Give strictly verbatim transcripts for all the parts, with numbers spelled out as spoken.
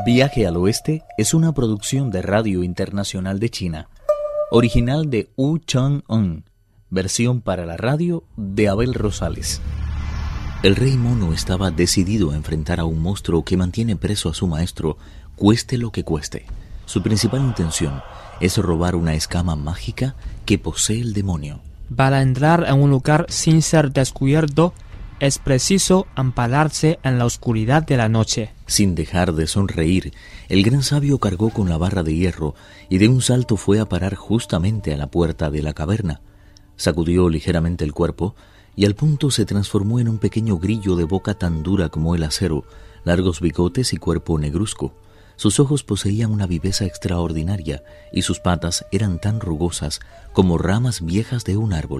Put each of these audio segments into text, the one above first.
Viaje al Oeste es una producción de Radio Internacional de China, original de Wu Chang-un, versión para la radio de Abel Rosales. El rey mono estaba decidido a enfrentar a un monstruo que mantiene preso a su maestro, cueste lo que cueste. Su principal intención es robar una escama mágica que posee el demonio. Para entrar en un lugar sin ser descubierto, es preciso ampalarse en la oscuridad de la noche. Sin dejar de sonreír, el gran sabio cargó con la barra de hierro y de un salto fue a parar justamente a la puerta de la caverna. Sacudió ligeramente el cuerpo y al punto se transformó en un pequeño grillo de boca tan dura como el acero, largos bigotes y cuerpo negruzco. Sus ojos poseían una viveza extraordinaria y sus patas eran tan rugosas como ramas viejas de un árbol.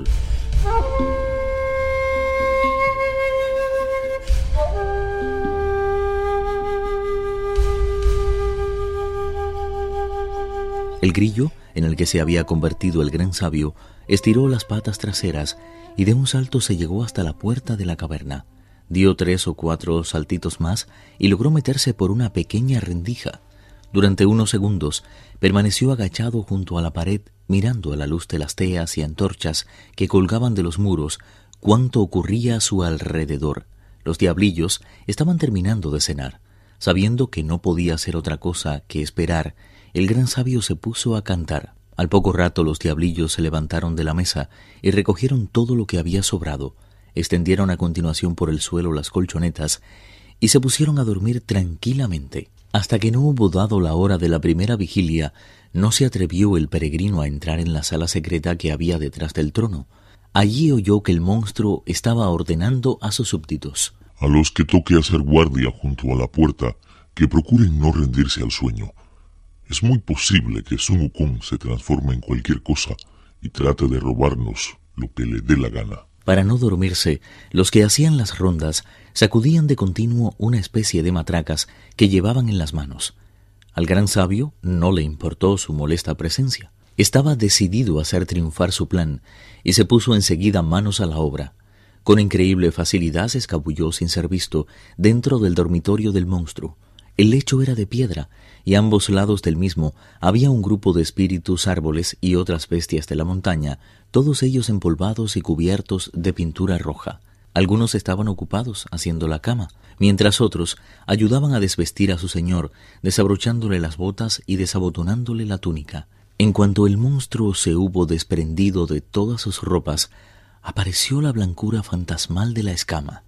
El grillo, en el que se había convertido el gran sabio, estiró las patas traseras y de un salto se llegó hasta la puerta de la caverna. Dio tres o cuatro saltitos más y logró meterse por una pequeña rendija. Durante unos segundos permaneció agachado junto a la pared, mirando a la luz de las teas y antorchas que colgaban de los muros cuánto ocurría a su alrededor. Los diablillos estaban terminando de cenar. Sabiendo que no podía hacer otra cosa que esperar, el gran sabio se puso a cantar. Al poco rato los diablillos se levantaron de la mesa y recogieron todo lo que había sobrado. Extendieron a continuación por el suelo las colchonetas y se pusieron a dormir tranquilamente. Hasta que no hubo dado la hora de la primera vigilia, no se atrevió el peregrino a entrar en la sala secreta que había detrás del trono. Allí oyó que el monstruo estaba ordenando a sus súbditos: a los que toque hacer guardia junto a la puerta, que procuren no rendirse al sueño. Es muy posible que Sun Wukong se transforme en cualquier cosa y trate de robarnos lo que le dé la gana. Para no dormirse, los que hacían las rondas sacudían de continuo una especie de matracas que llevaban en las manos. Al gran sabio no le importó su molesta presencia. Estaba decidido a hacer triunfar su plan y se puso enseguida manos a la obra. Con increíble facilidad se escabulló sin ser visto dentro del dormitorio del monstruo. El lecho era de piedra y a ambos lados del mismo había un grupo de espíritus, árboles y otras bestias de la montaña, todos ellos empolvados y cubiertos de pintura roja. Algunos estaban ocupados haciendo la cama, mientras otros ayudaban a desvestir a su señor, desabrochándole las botas y desabotonándole la túnica. En cuanto el monstruo se hubo desprendido de todas sus ropas, apareció la blancura fantasmal de la escama.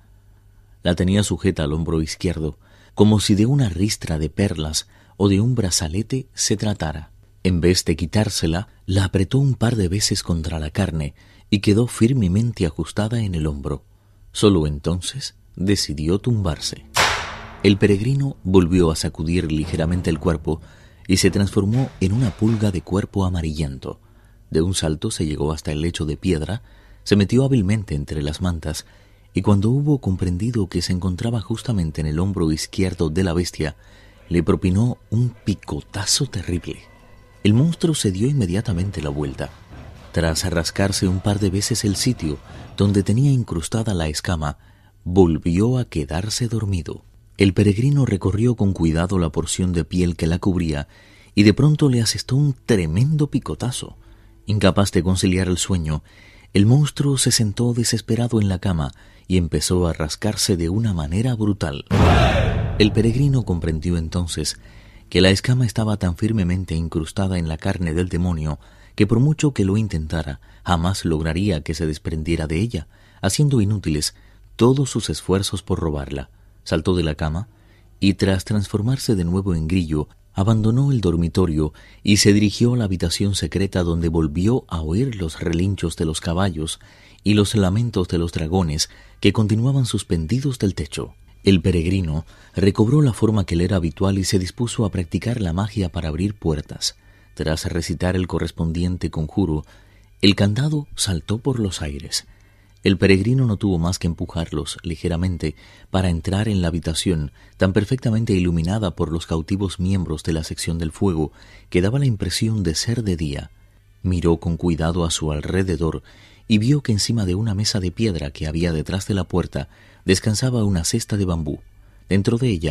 La tenía sujeta al hombro izquierdo, como si de una ristra de perlas o de un brazalete se tratara. En vez de quitársela, la apretó un par de veces contra la carne y quedó firmemente ajustada en el hombro. Solo entonces decidió tumbarse. El peregrino volvió a sacudir ligeramente el cuerpo y se transformó en una pulga de cuerpo amarillento. De un salto se llegó hasta el lecho de piedra, se metió hábilmente entre las mantas y cuando hubo comprendido que se encontraba justamente en el hombro izquierdo de la bestia, le propinó un picotazo terrible. El monstruo se dio inmediatamente la vuelta. Tras rascarse un par de veces el sitio donde tenía incrustada la escama, volvió a quedarse dormido. El peregrino recorrió con cuidado la porción de piel que la cubría y de pronto le asestó un tremendo picotazo. Incapaz de conciliar el sueño, el monstruo se sentó desesperado en la cama y empezó a rascarse de una manera brutal. El peregrino comprendió entonces que la escama estaba tan firmemente incrustada en la carne del demonio que por mucho que lo intentara, jamás lograría que se desprendiera de ella, haciendo inútiles todos sus esfuerzos por robarla. Saltó de la cama y, tras transformarse de nuevo en grillo, abandonó el dormitorio y se dirigió a la habitación secreta donde volvió a oír los relinchos de los caballos y los lamentos de los dragones que continuaban suspendidos del techo. El peregrino recobró la forma que le era habitual y se dispuso a practicar la magia para abrir puertas. Tras recitar el correspondiente conjuro, el candado saltó por los aires. El peregrino no tuvo más que empujarlos ligeramente para entrar en la habitación, tan perfectamente iluminada por los cautivos miembros de la sección del fuego que daba la impresión de ser de día. Miró con cuidado a su alrededor y vio que encima de una mesa de piedra que había detrás de la puerta descansaba una cesta de bambú. Dentro de ella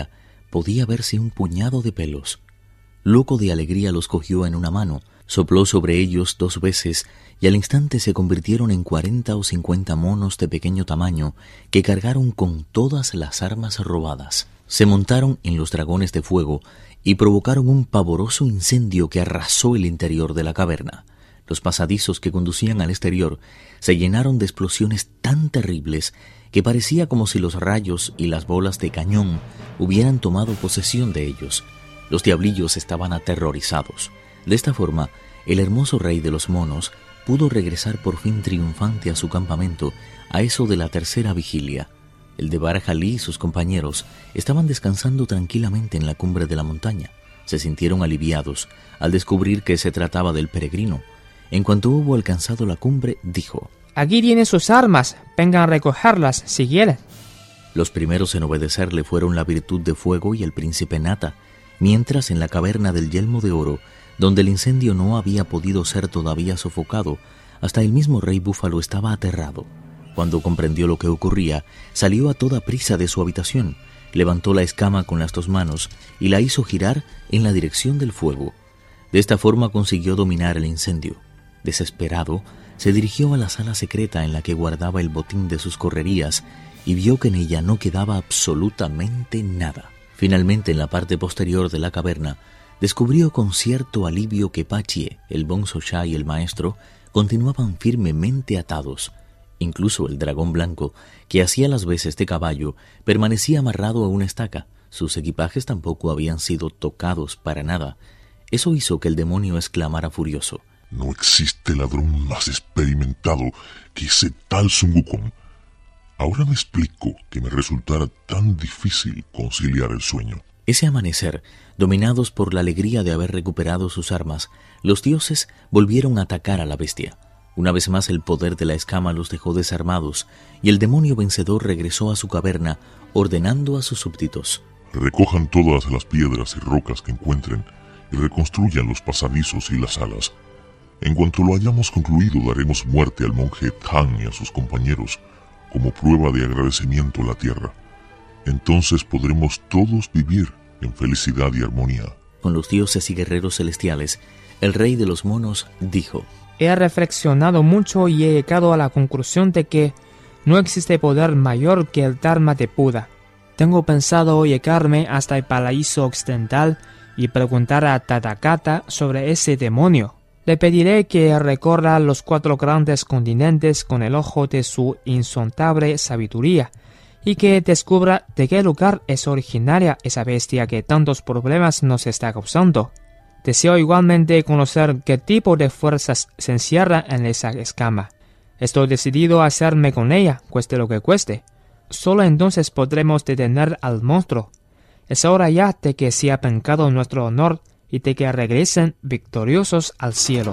podía verse un puñado de pelos. Loco de alegría los cogió en una mano, sopló sobre ellos dos veces y al instante se convirtieron en cuarenta o cincuenta monos de pequeño tamaño que cargaron con todas las armas robadas. Se montaron en los dragones de fuego y provocaron un pavoroso incendio que arrasó el interior de la caverna. Los pasadizos que conducían al exterior se llenaron de explosiones tan terribles que parecía como si los rayos y las bolas de cañón hubieran tomado posesión de ellos. Los diablillos estaban aterrorizados. De esta forma, el hermoso rey de los monos pudo regresar por fin triunfante a su campamento a eso de la tercera vigilia. El de Bar-Jalí y sus compañeros estaban descansando tranquilamente en la cumbre de la montaña. Se sintieron aliviados al descubrir que se trataba del peregrino. En cuanto hubo alcanzado la cumbre, dijo: «Aquí tienen sus armas, vengan a recogerlas si quieren». Los primeros en obedecerle fueron la Virtud de Fuego y el Príncipe Nata, mientras en la caverna del Yelmo de Oro, donde el incendio no había podido ser todavía sofocado, hasta el mismo Rey Búfalo estaba aterrado. Cuando comprendió lo que ocurría, salió a toda prisa de su habitación, levantó la escama con las dos manos y la hizo girar en la dirección del fuego. De esta forma consiguió dominar el incendio. Desesperado, se dirigió a la sala secreta en la que guardaba el botín de sus correrías y vio que en ella no quedaba absolutamente nada. Finalmente, en la parte posterior de la caverna, descubrió con cierto alivio que Pachie, el Bonzo-Sha y el maestro continuaban firmemente atados. Incluso el dragón blanco, que hacía las veces de caballo, permanecía amarrado a una estaca. Sus equipajes tampoco habían sido tocados para nada. Eso hizo que el demonio exclamara furioso: «No existe ladrón más experimentado que ese tal Sun Wukong. Ahora me explico que me resultara tan difícil conciliar el sueño». Ese amanecer, dominados por la alegría de haber recuperado sus armas, los dioses volvieron a atacar a la bestia. Una vez más el poder de la escama los dejó desarmados y el demonio vencedor regresó a su caverna ordenando a sus súbditos: «Recojan todas las piedras y rocas que encuentren y reconstruyan los pasadizos y las salas. En cuanto lo hayamos concluido, daremos muerte al monje Tan y a sus compañeros como prueba de agradecimiento a la tierra. Entonces podremos todos vivir en felicidad y armonía». Con los dioses y guerreros celestiales, el rey de los monos dijo: «He reflexionado mucho y he llegado a la conclusión de que no existe poder mayor que el Dharma de Buda. Tengo pensado llegarme hasta el paraíso occidental y preguntar a Tathagata sobre ese demonio. Le pediré que recorra los cuatro grandes continentes con el ojo de su insondable sabiduría y que descubra de qué lugar es originaria esa bestia que tantos problemas nos está causando. Deseo igualmente conocer qué tipo de fuerzas se encierra en esa escama. Estoy decidido a hacerme con ella, cueste lo que cueste. Solo entonces podremos detener al monstruo. Es hora ya de que sea vengado nuestro honor y de que regresen victoriosos al cielo».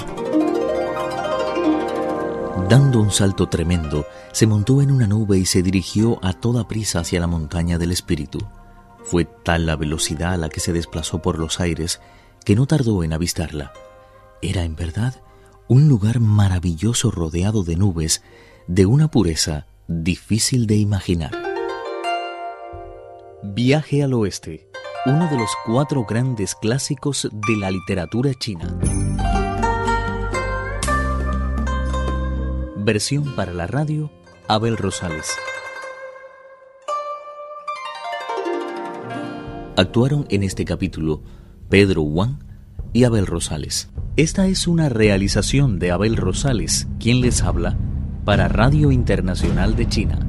Dando un salto tremendo, se montó en una nube y se dirigió a toda prisa hacia la montaña del espíritu. Fue tal la velocidad a la que se desplazó por los aires que no tardó en avistarla. Era, en verdad, un lugar maravilloso rodeado de nubes de una pureza difícil de imaginar. Viaje al Oeste, uno de los cuatro grandes clásicos de la literatura china. Versión para la radio, Abel Rosales. Actuaron en este capítulo Pedro Wang y Abel Rosales. Esta es una realización de Abel Rosales, quien les habla, para Radio Internacional de China.